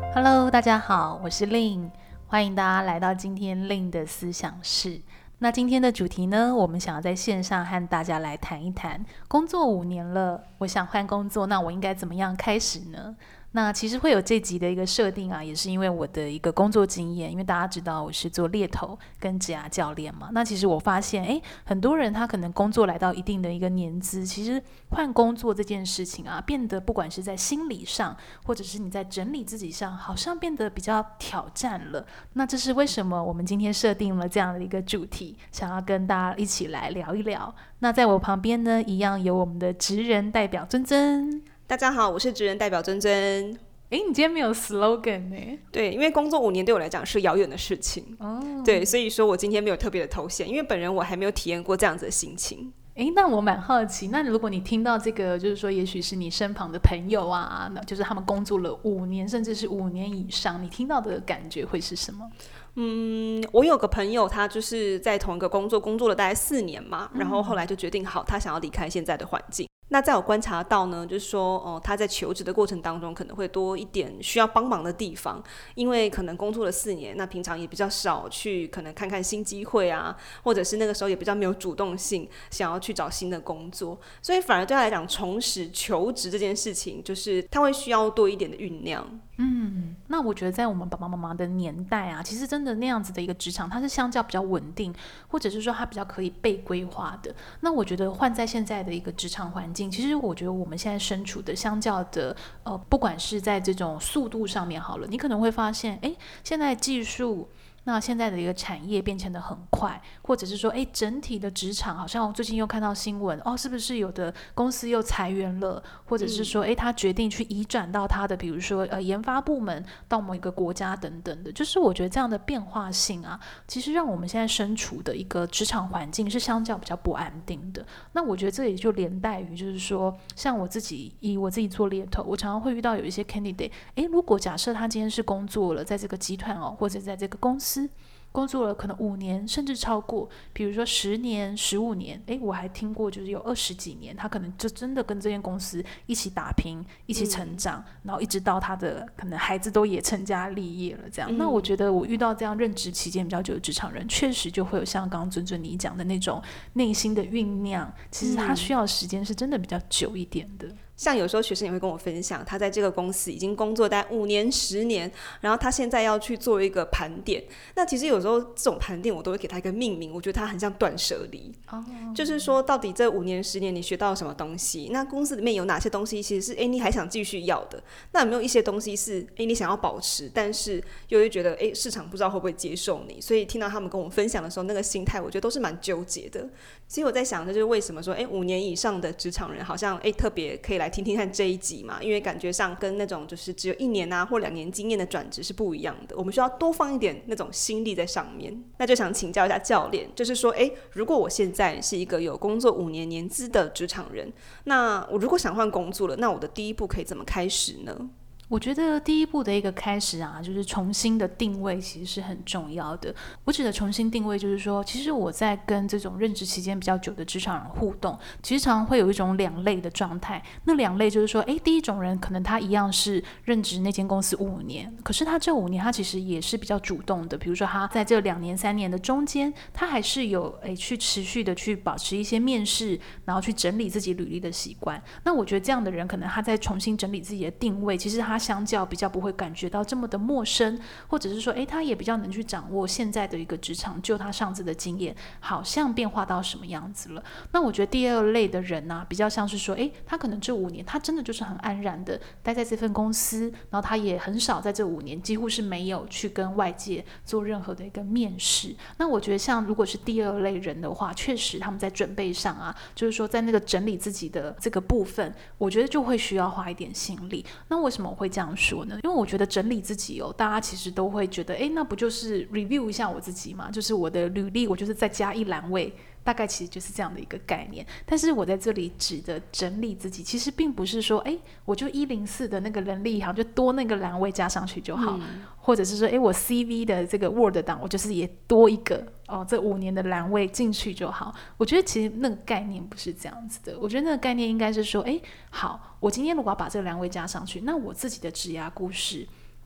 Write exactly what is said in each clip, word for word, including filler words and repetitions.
Hello，大家好，我是 Lin， 欢迎大家来到今天 Lin 的思想室。那今天的主题呢，我们想要在线上和大家来谈一谈，工作五年了，我想换工作，那我应该怎么样开始呢？那其实会有这集的一个设定啊，也是因为我的一个工作经验，因为大家知道我是做猎头跟职涯教练嘛。那其实我发现，哎，很多人他可能工作来到一定的一个年资，其实换工作这件事情啊，变得不管是在心理上，或者是你在整理自己上，好像变得比较挑战了。那这是为什么我们今天设定了这样的一个主题，想要跟大家一起来聊一聊。那在我旁边呢，一样有我们的职人代表尊尊。 大家好，我是职人代表尊尊。 诶，你今天没有 slogan 呢？ 对，因为工作五年对我来讲是遥远的事情。哦，对，所以说我今天没有特别的头衔，因为本人我还没有体验过这样子的心情。 诶，那我蛮好奇，那如果你听到这个，就是说也许是你身旁的朋友啊，就是他们工作了五年甚至是五年以上，你听到的感觉会是什么？ 嗯，我有个朋友，他就是在同一个工作工作了大概四年嘛，然后后来就决定好，他想要离开现在的环境。那在我观察到呢，就是说，哦，他在求职的过程当中可能会多一点需要帮忙的地方，因为可能工作了四年，那平常也比较少去可能看看新机会啊，或者是那个时候也比较没有主动性想要去找新的工作，所以反而对他来讲，重拾求职这件事情，就是他会需要多一点的酝酿。 嗯，那我觉得在我们爸爸妈妈的年代啊，其实真的那样子的一个职场，它是相较比较稳定，或者是说它比较可以被规划的。那我觉得换在现在的一个职场环境，其实我觉得我们现在身处的相较的呃，不管是在这种速度上面好了，你可能会发现，哎，现在技术。那现在的一个产业变迁的很快，或者是说，哎，整体的职场好像我最近又看到新闻，哦，是不是有的公司又裁员了，或者是说，哎，他决定去移转到他的，比如说呃研发部门到某一个国家等等的，就是我觉得这样的变化性啊，其实让我们现在身处的一个职场环境是相较比较不安定的。那我觉得这也就连带于，就是说，像我自己以我自己做猎头，我常常会遇到有一些 candidate， 哎，如果假设他今天是工作了，在这个集团哦，或者在这个公司。工作了可能五年甚至超过，比如说十年、十五年，诶，我还听过就是有二十几年，他可能就真的跟这间公司一起打拼、一起成长，嗯、然后一直到他的可能孩子都也成家立业了这样。嗯、那我觉得我遇到这样任职期间比较久的职场人，确实就会有像刚刚尊尊你讲的那种内心的酝酿，其实他需要的时间是真的比较久一点的。 像有时候学生也会跟我分享，他在这个公司已经工作大概五年、十年，然后他现在要去做一个盘点。那其实有时候这种盘点，我都会给他一个命名，我觉得他很像断舍离。哦，就是说到底这五年、十年你学到了什么东西？那公司里面有哪些东西其实是哎你还想继续要的？那有没有一些东西是哎你想要保持，但是又会觉得哎市场不知道会不会接受你？所以听到他们跟我们分享的时候，那个心态我觉得都是蛮纠结的。所以我在想，这就是为什么说哎五年以上的职场人好像哎特别可以来听听看这一集嘛，因为感觉上跟那种就是只有一年啊或两年经验的转职是不一样的，我们需要多放一点那种心力在上面。那就想请教一下教练，就是说，哎，如果我现在是一个有工作五年年资的职场人，那我如果想换工作了，那我的第一步可以怎么开始呢？ 我觉得第一步的一个开始啊，就是重新的定位其实是很重要的。我指的重新定位就是说，其实我在跟这种任职期间比较久的职场人互动，其实常常会有一种两类的状态。那两类就是说，诶，第一种人可能他一样是任职那间公司五年，可是他这五年他其实也是比较主动的，比如说他在这两年三年的中间，他还是有诶去持续的去保持一些面试，然后去整理自己履历的习惯。那我觉得这样的人，可能他在重新整理自己的定位，其实他相较比较不会感觉到这么的陌生，或者是说，诶，他也比较能去掌握现在的一个职场，就他上次的经验，好像变化到什么样子了。那我觉得第二类的人呢、啊，比较像是说，诶，他可能这五年，他真的就是很安然的待在这份公司，然后他也很少在这五年，几乎是没有去跟外界做任何的一个面试。那我觉得像如果是第二类人的话，确实他们在准备上啊，就是说在那个整理自己的这个部分，我觉得就会需要花一点心力。那为什么我会这样说呢？因为我觉得整理自己哦，大家其实都会觉得，诶，那不就是 review 一下我自己嘛？就是我的履历，我就是再加一栏位，大概其实就是这样的一个概念。但是我在这里指的整理自己，其实并不是说，诶，我就一零四的那个人力行就多那个栏位加上去就好，嗯、或者是说，诶，我 C V 的这个 Word 档，我就是也多一个哦，这五年的栏位进去就好。我觉得其实那个概念不是这样子的，我觉得那个概念应该是说，诶，好，我今天如果要把这个栏位加上去，那我自己的职涯故事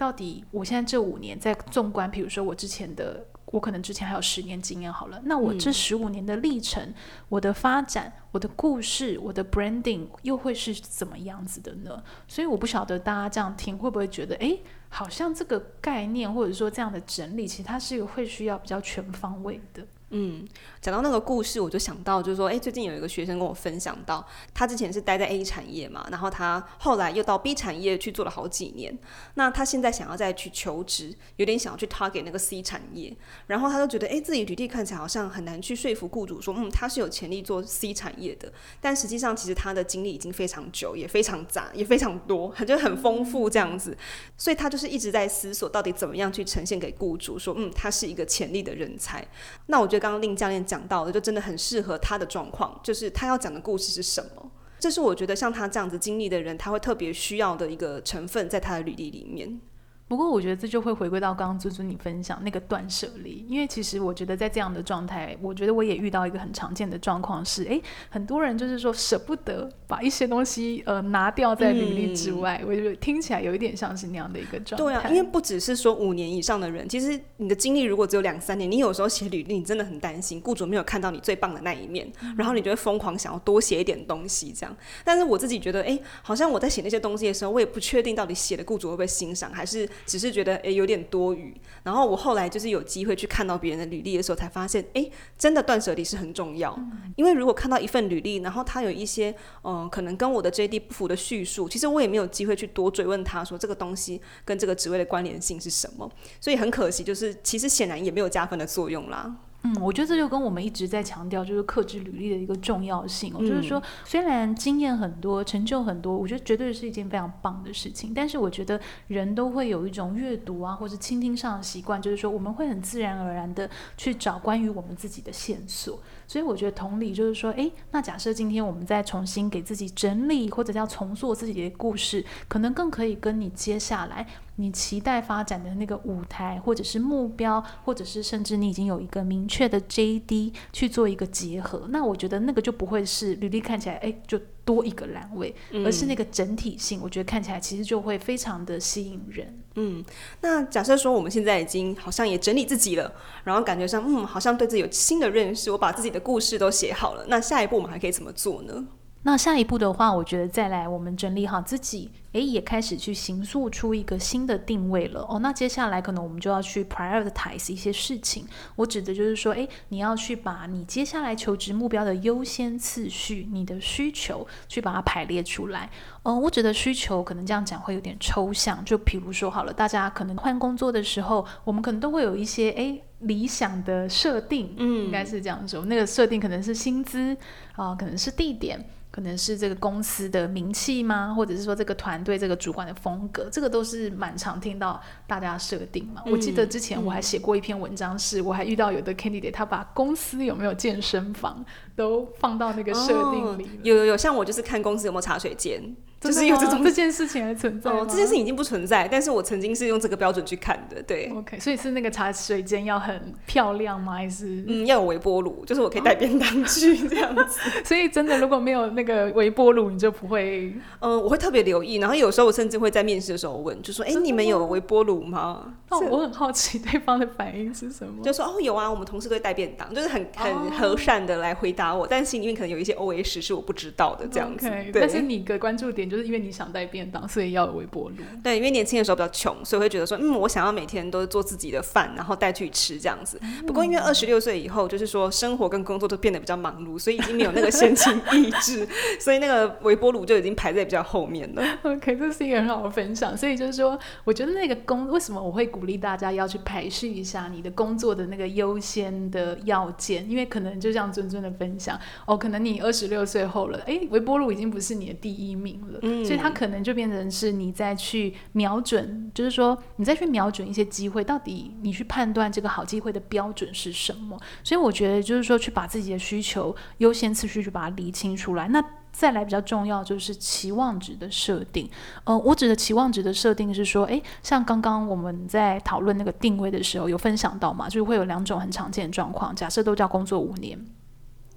到底我现在这五年在纵观，比如说我之前的，我可能之前还有十年经验好了，那我这十五年的历程、嗯、我的发展，我的故事，我的 branding 又会是怎么样子的呢？所以我不晓得大家这样听会不会觉得，哎，好像这个概念或者说这样的整理，其实它是会需要比较全方位的。 嗯，讲到那个故事，我就想到就是说，哎，最近有一个学生跟我分享到，他之前是待在 A 产业嘛，然后他后来又到 B 产业去做了好几年，那他现在想要再去求职，有点想要去 target 那个 C 产业，然后他就觉得，哎，自己履历看起来好像很难去说服雇主说，嗯，他是有潜力做 C 产业的，但实际上其实他的经历已经非常久，也非常杂，也非常多，就很丰富这样子，所以他就是一直在思索到底怎么样去呈现给雇主说，嗯，他是一个潜力的人才。那我觉得刚刚令教练讲到的就真的很适合他的状况，就是他要讲的故事是什么，这是我觉得像他这样子经历的人他会特别需要的一个成分在他的履历里面。 不过我觉得这就会回归到刚刚尊尊你分享那个断舍离，因为其实我觉得在这样的状态，我觉得我也遇到一个很常见的状况是，哎，很多人就是说舍不得把一些东西呃拿掉在履历之外、嗯、我觉得听起来有一点像是那样的一个状态。 对啊，因为不只是说五年以上的人，其实你的经历如果只有两三年，你有时候写履历你真的很担心雇主没有看到你最棒的那一面、嗯、然后你就会疯狂想要多写一点东西这样。但是我自己觉得，哎，好像我在写那些东西的时候，我也不确定到底写的雇主会不会欣赏，还是只是觉得哎有点多余。然后我后来就是有机会去看到别人的履历的时候，才发现，哎，真的断舍离是很重要、嗯。因为如果看到一份履历，然后他有一些嗯、呃、可能跟我的 J D 不符的叙述，其实我也没有机会去多追问他说这个东西跟这个职位的关联性是什么，所以很可惜，就是其实显然也没有加分的作用啦。 嗯，我觉得这就跟我们一直在强调就是客制履历的一个重要性、哦嗯、就是说虽然经验很多成就很多，我觉得绝对是一件非常棒的事情，但是我觉得人都会有一种阅读啊或者倾听上的习惯，就是说我们会很自然而然的去找关于我们自己的线索。所以我觉得同理就是说，诶，那假设今天我们再重新给自己整理或者要重塑自己的故事，可能更可以跟你接下来你期待发展的那个舞台或者是目标，或者是甚至你已经有一个明确的 J D 去做一个结合，那我觉得那个就不会是履历看起来诶就多一个栏位、嗯、而是那个整体性我觉得看起来其实就会非常的吸引人。 嗯，那假设说我们现在已经好像也整理自己了，然后感觉上嗯好像对自己有新的认识，我把自己的故事都写好了，那下一步我们还可以怎么做呢？ 那下一步的话，我觉得再来我们整理好自己，诶，也开始去形塑出一个新的定位了哦。那接下来可能我们就要去 prioritize 一些事情。我指的就是说，诶，你要去把你接下来求职目标的优先次序，你的需求去把它排列出来。嗯、呃，我指的需求可能这样讲会有点抽象，就比如说好了，大家可能换工作的时候，我们可能都会有一些诶理想的设定，嗯，应该是这样说。那个设定可能是薪资啊、呃，可能是地点。可能是这个公司的名气吗？或者是说这个团队这个主管的风格，这个都是蛮常听到大家设定嘛、嗯、我记得之前我还写过一篇文章，是、嗯、我还遇到有的 candidate 他把公司有没有健身房都放到那个设定里、哦、 有有有，像我就是看公司有没有茶水间，就是有这种这件事情还存在吗？ 哦，这件事情已经不存在，但是我曾经是用这个标准去看的。对 OK， 所以是那个茶水间要很漂亮吗？还是嗯要有微波炉，就是我可以带便当去、哦、这样子所以真的如果没有那个微波炉你就不会嗯，我会特别留意，然后有时候我甚至会在面试的时候问，就说哎，你们有微波炉吗？ 哦，我很好奇对方的反应是什么， 就说哦有啊，我们同事都会带便当，就是很很和善的来回答我、哦、但心里面可能有一些 O S 是我不知道的这样子、 okay， 但是你的关注点就是因为你想带便当，所以要有微波炉。 对，因为年轻的时候比较穷，所以会觉得说嗯我想要每天都做自己的饭然后带去吃这样子、嗯、不过因为二十六岁以后就是说生活跟工作都变得比较忙碌，所以已经没有那个闲情逸致所以那个微波炉就已经排在比较后面了。 OK， 这是一个很好的分享。所以就是说我觉得那个工为什么我会鼓励大家要去排序一下你的工作的那个优先的要件，因为可能就像尊尊的分享哦，可能你二十六岁后了，诶，微波炉已经不是你的第一名了、嗯、所以它可能就变成是你再去瞄准，就是说你再去瞄准一些机会，到底你去判断这个好机会的标准是什么。所以我觉得就是说去把自己的需求优先次序去把它厘清出来。那再来比较重要就是期望值的设定。呃，我指的期望值的设定是说，诶，像刚刚我们在讨论那个定位的时候有分享到嘛，就是会有两种很常见的状况。假设都叫工作五年，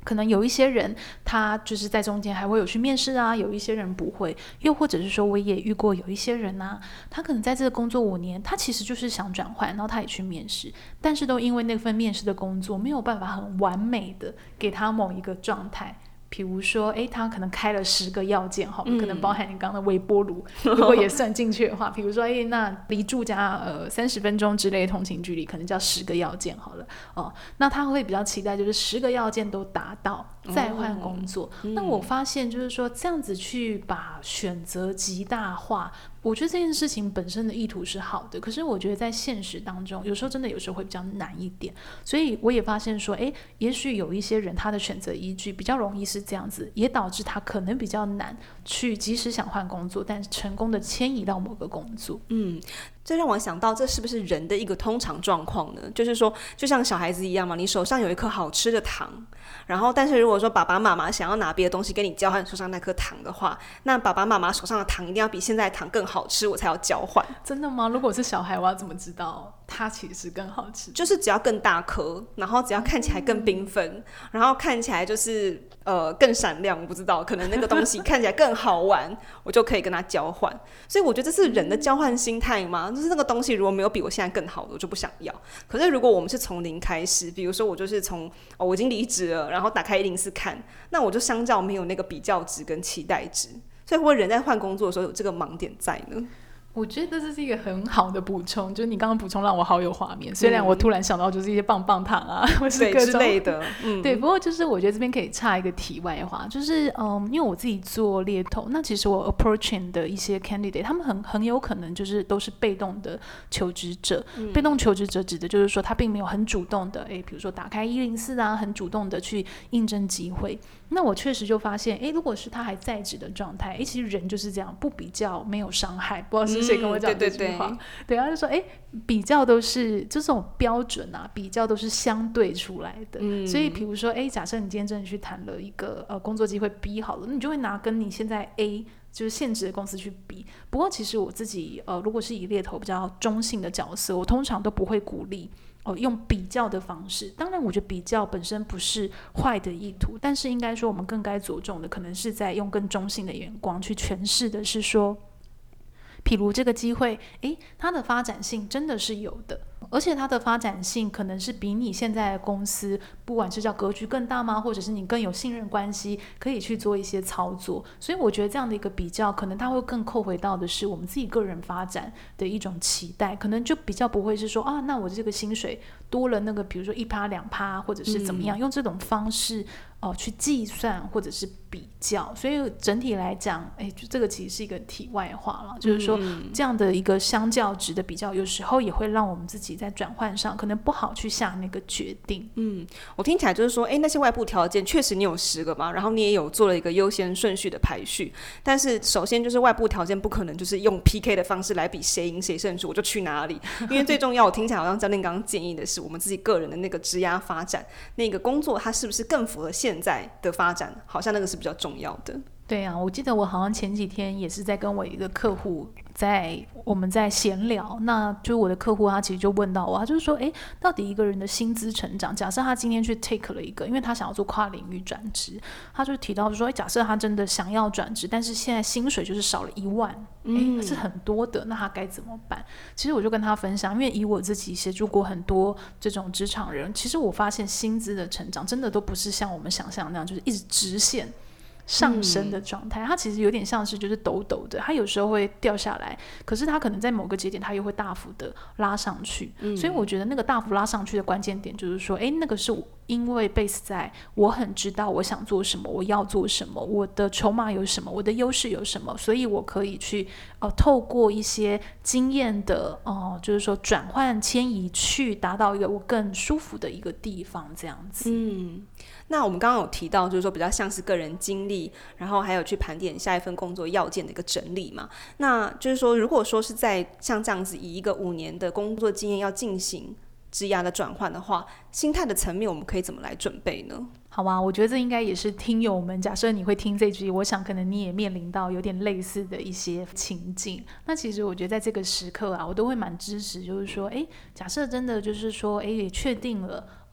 可能有一些人他就是在中间还会有去面试啊，有一些人不会，又或者是说我也遇过有一些人啊，他可能在这个工作五年，他其实就是想转换，然后他也去面试，但是都因为那份面试的工作没有办法很完美的给他某一个状态。比如说，哎，他可能开了十个要件，哈、嗯，可能包含你刚刚的微波炉，如果也算进去的话，比如说，哎，那离住家呃三十分钟之类的通勤距离，可能叫十个要件好了，哦，那他会比较期待就是十个要件都达到，再换工作。哦嗯、那我发现就是说，这样子去把选择极大化。我觉得这件事情本身的意图是好的，可是我觉得在现实当中，有时候真的有时候会比较难一点。所以我也发现说，哎，也许有一些人他的选择依据比较容易是这样子，也导致他可能比较难去即使想换工作，但是成功的迁移到某个工作。 嗯。这让我想到，这是不是人的一个通常状况呢？就是说，就像小孩子一样嘛，你手上有一颗好吃的糖，然后但是如果说爸爸妈妈想要拿别的东西跟你交换手上那颗糖的话，那爸爸妈妈手上的糖一定要比现在的糖更好吃，我才要交换。 真的吗？如果是小孩，我要怎么知道它其实更好吃？ 就是只要更大颗，然后只要看起来更缤纷，然后看起来就是呃更闪亮，我不知道，可能那个东西看起来更好玩，我就可以跟他交换。所以我觉得这是人的交换心态吗？就是那个东西如果没有比我现在更好的，我就不想要。可是如果我们是从零开始，比如说我就是从、哦、我已经离职了，然后打开一零四看，那我就相较没有那个比较值跟期待值，所以会不会人在换工作的时候有这个盲点在呢？ 我觉得这是一个很好的补充，就是你刚刚补充让我好有画面。虽然我突然想到就是一些棒棒糖啊，嗯、或是各种之类的，嗯， 对。不过就是我觉得这边可以插一个题外话，就是嗯，因为我自己做猎头，那其实我 approaching 的一些 candidate， 他们很很有可能就是都是被动的求职者。嗯、被动求职者指的就是说他并没有很主动的，哎，比如说打开一零四啊，很主动的去应征机会。那我确实就发现，哎，如果是他还在职的状态，哎，其实人就是这样，不比较没有伤害。不知道是谁跟我讲这句话，嗯、对，他就说，哎，比较都是就这种标准啊，比较都是相对出来的。嗯、所以，比如说，哎，假设你今天真的去谈了一个呃工作机会 B 好了，你就会拿跟你现在 A 就是现职的公司去比。不过，其实我自己呃，如果是以猎头比较中性的角色，我通常都不会鼓励。哦，用比较的方式，当然我觉得比较本身不是坏的意图，但是应该说我们更该着重的可能是在用更中性的眼光去诠释的是说，譬如这个机会，诶，它的发展性真的是有的，而且它的发展性可能是比你现在的公司不管是叫格局更大吗，或者是你更有信任关系，可以去做一些操作。所以我觉得这样的一个比较，可能它会更扣回到的是我们自己个人发展的一种期待，可能就比较不会是说啊，那我这个薪水多了那个比如说一趴两趴或者是怎么样、嗯、用这种方式哦、呃、去计算或者是比较。所以整体来讲，哎，就这个其实是一个题外话了，就是说这样的一个相较值的比较，有时候也会让我们自己在转换上可能不好去下那个决定。 嗯，我听起来就是说，哎，那些外部条件确实你有十个嘛，然后你也有做了一个优先顺序的排序，但是首先就是外部条件不可能就是用 P K 的方式来比谁赢谁胜出，我就去哪里。因为最重要，我听起来好像教练刚刚建议的是，我们自己个人的那个职涯发展，那个工作它是不是更符合现在的发展，好像那个是比较重要的。 对啊，我记得我好像前几天也是在跟我一个客户在我们在闲聊，那就是我的客户他其实就问到我，他就是说，哎，到底一个人的薪资成长，假设他今天去 take 了一个，因为他想要做跨领域转职，他就提到说，假设他真的想要转职，但是现在薪水就是少了一万，嗯，是很多的，那他该怎么办？其实我就跟他分享，因为以我自己协助过很多这种职场人，其实我发现薪资的成长真的都不是像我们想象那样，就是一直直线上升的状态，它其实有点像是就是陡陡的，它有时候会掉下来，可是它可能在某个节点它又会大幅的拉上去、嗯、所以我觉得那个大幅拉上去的关键点就是说，哎，那个是因为 base 在我很知道我想做什么，我要做什么，我的筹码有什么，我的优势有什么，所以我可以去呃透过一些经验的呃就是说转换迁移去达到一个我更舒服的一个地方，这样子。 嗯，那我们刚刚有提到就是说比较像是个人经历，然后还有去盘点下一份工作要件的一个整理嘛，那就是说如果说是在像这样子以一个五年的工作经验要进行职涯的转换的话，心态的层面我们可以怎么来准备呢？ 好吧，我觉得这应该也是听友们，假设你会听这集，我想可能你也面临到有点类似的一些情境。那其实我觉得在这个时刻啊，我都会蛮支持，就是说，哎，假设真的就是说，哎，也确定了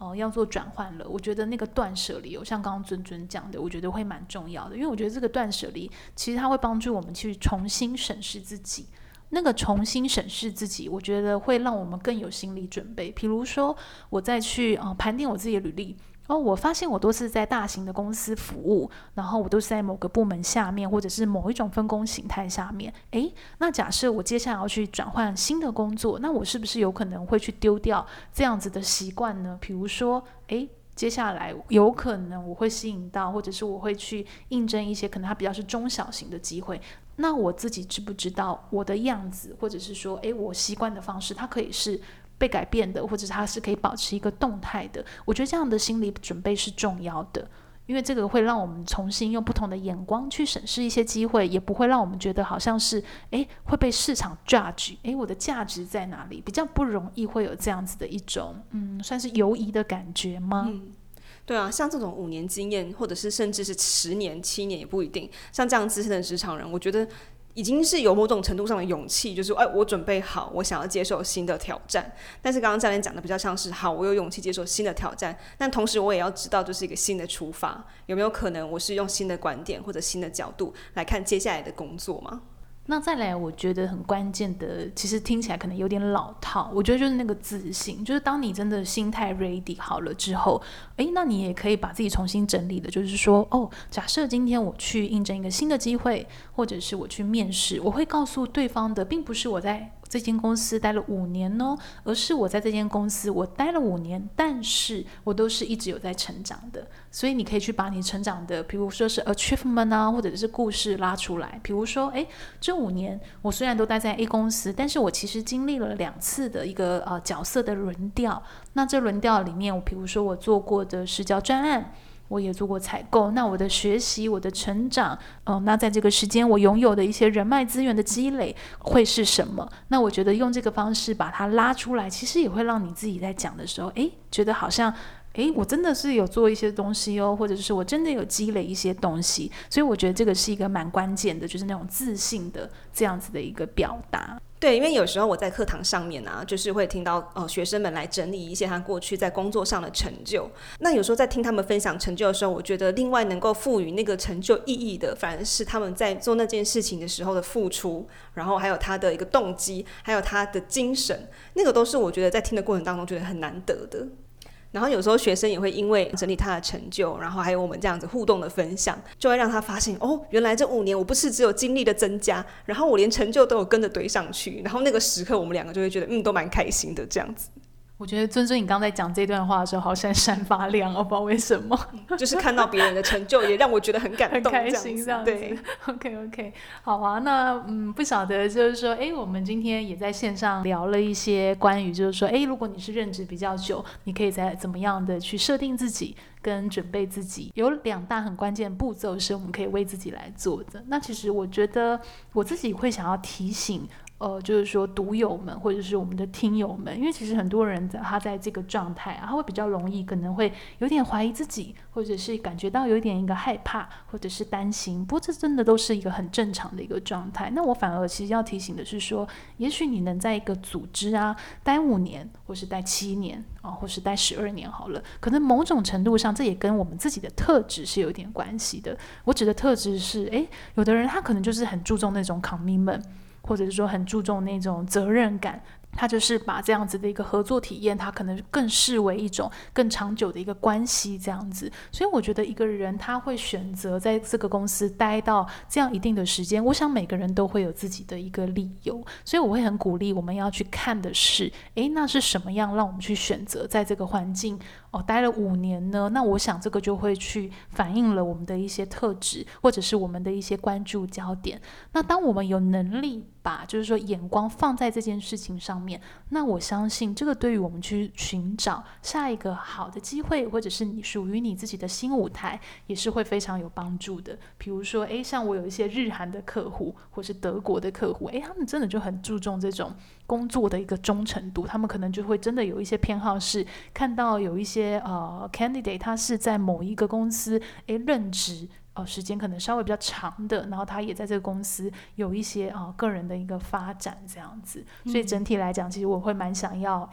呃要做转换了，我觉得那个断舍离，像刚刚尊尊讲的，我觉得会蛮重要的，因为我觉得这个断舍离其实它会帮助我们去重新审视自己。那个重新审视自己，我觉得会让我们更有心理准备。比如说，我再去呃盘点我自己的履历，哦，我发现我都是在大型的公司服务，然后我都是在某个部门下面，或者是某一种分工形态下面。诶，那假设我接下来要去转换新的工作，那我是不是有可能会去丢掉这样子的习惯呢？比如说，诶，接下来有可能我会吸引到，或者是我会去应征一些可能它比较是中小型的机会，那我自己知不知道我的样子，或者是说诶我习惯的方式它可以是被改变的，或者是它是可以保持一个动态的。我觉得这样的心理准备是重要的，因为这个会让我们重新用不同的眼光去审视一些机会，也不会让我们觉得好像是诶会被市场 judge， 诶我的价值在哪里，比较不容易会有这样子的一种嗯算是犹疑的感觉吗？ 嗯，对啊，像这种五年经验，或者是甚至是十年、七年也不一定。像这样资深的职场人，我觉得已经是有某种程度上的勇气，就是哎，我准备好，我想要接受新的挑战。但是刚刚教练讲的比较像是，好，我有勇气接受新的挑战，但同时我也要知道这是一个新的出发，有没有可能我是用新的观点或者新的角度来看接下来的工作吗？ 那再来我觉得很关键的，其实听起来可能有点老套，我觉得就是那个自信，就是当你真的心态 ready 好了之后，诶，那你也可以把自己重新整理的，就是说哦，假设今天我去应征一个新的机会，或者是我去面试，我会告诉对方的并不是我在这间公司待了五年哦，而是我在这间公司我待了五年，但是我都是一直有在成长的。所以你可以去把你成长的比如说是 achievement 啊，或者是故事拉出来。比如说诶，这五年我虽然都待在 A 公司，但是我其实经历了两次的一个呃角色的轮调。那这轮调里面，我比如说我做过的市郊专案，我也做过采购，那我的学习，我的成长，嗯、呃，那在这个时间我拥有的一些人脉资源的积累会是什么？那我觉得用这个方式把它拉出来，其实也会让你自己在讲的时候，诶，觉得好像诶，我真的是有做一些东西哦，或者是我真的有积累一些东西，所以我觉得这个是一个蛮关键的，就是那种自信的这样子的一个表达。 对，因为有时候我在课堂上面啊，就是会听到呃学生们来整理一些他过去在工作上的成就。那有时候在听他们分享成就的时候，我觉得另外能够赋予那个成就意义的，反而是他们在做那件事情的时候的付出，然后还有他的一个动机，还有他的精神，那个都是我觉得在听的过程当中觉得很难得的。然后有时候学生也会因为整理他的成就，然后还有我们这样子互动的分享，就会让他发现哦，原来这五年我不是只有经历的增加，然后我连成就都有跟着堆上去，然后那个时刻我们两个就会觉得嗯，都蛮开心的这样子。 我觉得尊尊你刚才讲这段话的时候好像闪发亮，我不知道为什么就是看到别人的成就也让我觉得很感动， 很开心这样子。对 OK OK 好啊，那嗯不晓得就是说哎，我们今天也在线上聊了一些关于就是说哎，如果你是任职比较久，你可以在怎么样的去设定自己跟准备自己，有两大很关键的步骤是我们可以为自己来做的。那其实我觉得我自己会想要提醒呃，就是说读友们或者是我们的听友们，因为其实很多人他在这个状态啊，他会比较容易可能会有点怀疑自己，或者是感觉到有一点一个害怕或者是担心，不过这真的都是一个很正常的一个状态。那我反而其实要提醒的是说，也许你能在一个组织啊待五年或是待七年啊，或是待十二年好了，可能某种程度上这也跟我们自己的特质是有一点关系的。我指的特质是诶，有的人他可能就是很注重那种 commitment，或者是说很注重那种责任感，他就是把这样子的一个合作体验，他可能更视为一种更长久的一个关系这样子。所以我觉得一个人他会选择在这个公司待到这样一定的时间，我想每个人都会有自己的一个理由。所以我会很鼓励我们要去看的是，诶，那是什么样让我们去选择在这个环境哦待了五年呢？那我想这个就会去反映了我们的一些特质，或者是我们的一些关注焦点。那当我们有能力把就是说眼光放在这件事情上面，那我相信这个对于我们去寻找下一个好的机会，或者是你属于你自己的新舞台，也是会非常有帮助的。比如说诶，像我有一些日韩的客户或是德国的客户，诶，他们真的就很注重这种工作的一个忠诚度，他们可能就会真的有一些偏好，是看到有一些呃 candidate 他是在某一个公司诶任职哦，时间可能稍微比较长的，然后他也在这个公司有一些啊、呃、个人的一个发展这样子，所以整体来讲，其实我会蛮想要，哎，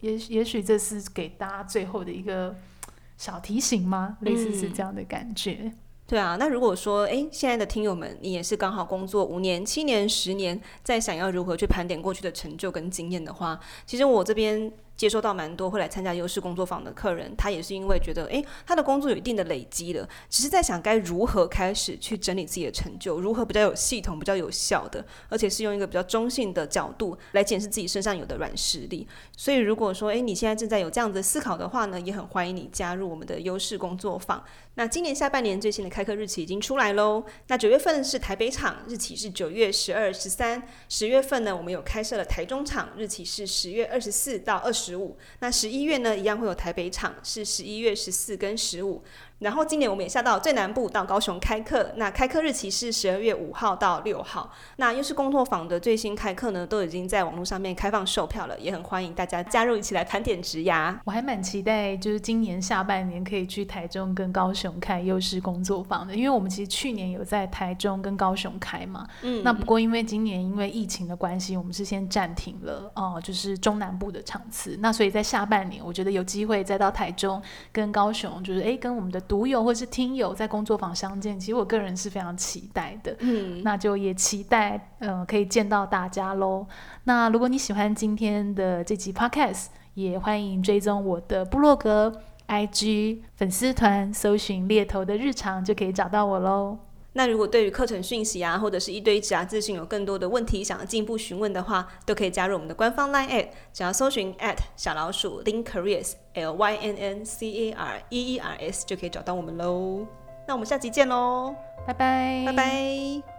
也也许这是给大家最后的一个小提醒吗？类似是这样的感觉。嗯， 对啊，那如果说哎，现在的听友们，你也是刚好工作五年、七年、十年，在想要如何去盘点过去的成就跟经验的话，其实我这边接收到蛮多会来参加优势工作坊的客人，他也是因为觉得诶他的工作有一定的累积了，只是在想该如何开始去整理自己的成就，如何比较有系统比较有效的，而且是用一个比较中性的角度来检视自己身上有的软实力。所以如果说诶你现在正在有这样的思考的话呢，也很欢迎你加入我们的优势工作坊。那今年下半年最新的开课日期已经出来咯，那九月份是台北场，日期是九月十二、十三，十月份呢我们有开设了台中场，日期是十月二十四到二十五，那十一月呢一样会有台北场，是十一月十四跟十五。然后今年我们也下到最南部到高雄开课，那开课日期是十二月五号到六号。那优势工作坊的最新开课呢都已经在网络上面开放售票了，也很欢迎大家加入一起来盘点职涯。 我还蛮期待就是今年下半年可以去台中跟高雄开优势工作坊的，因为我们其实去年有在台中跟高雄开嘛，嗯，那不过因为今年因为疫情的关系，我们是先暂停了哦、呃，就是中南部的场次，那所以在下半年我觉得有机会再到台中跟高雄，就是哎跟我们的读友或是听友在工作坊相见，其实我个人是非常期待的，嗯，那就也期待呃可以见到大家咯。那如果你喜欢今天的这集 podcast， 也欢迎追踪我的部落格 I G 粉丝团，搜寻猎头的日常就可以找到我咯。 那如果对于课程讯息啊，或者是一对一职涯咨询有更多的问题想要进一步询问的话，都可以加入我们的官方 LINE at， 只要搜寻 at 小老鼠 LynnCareers L Y N N C A R E E R S 就可以找到我们咯。那我们下集见咯， 拜拜， 拜拜。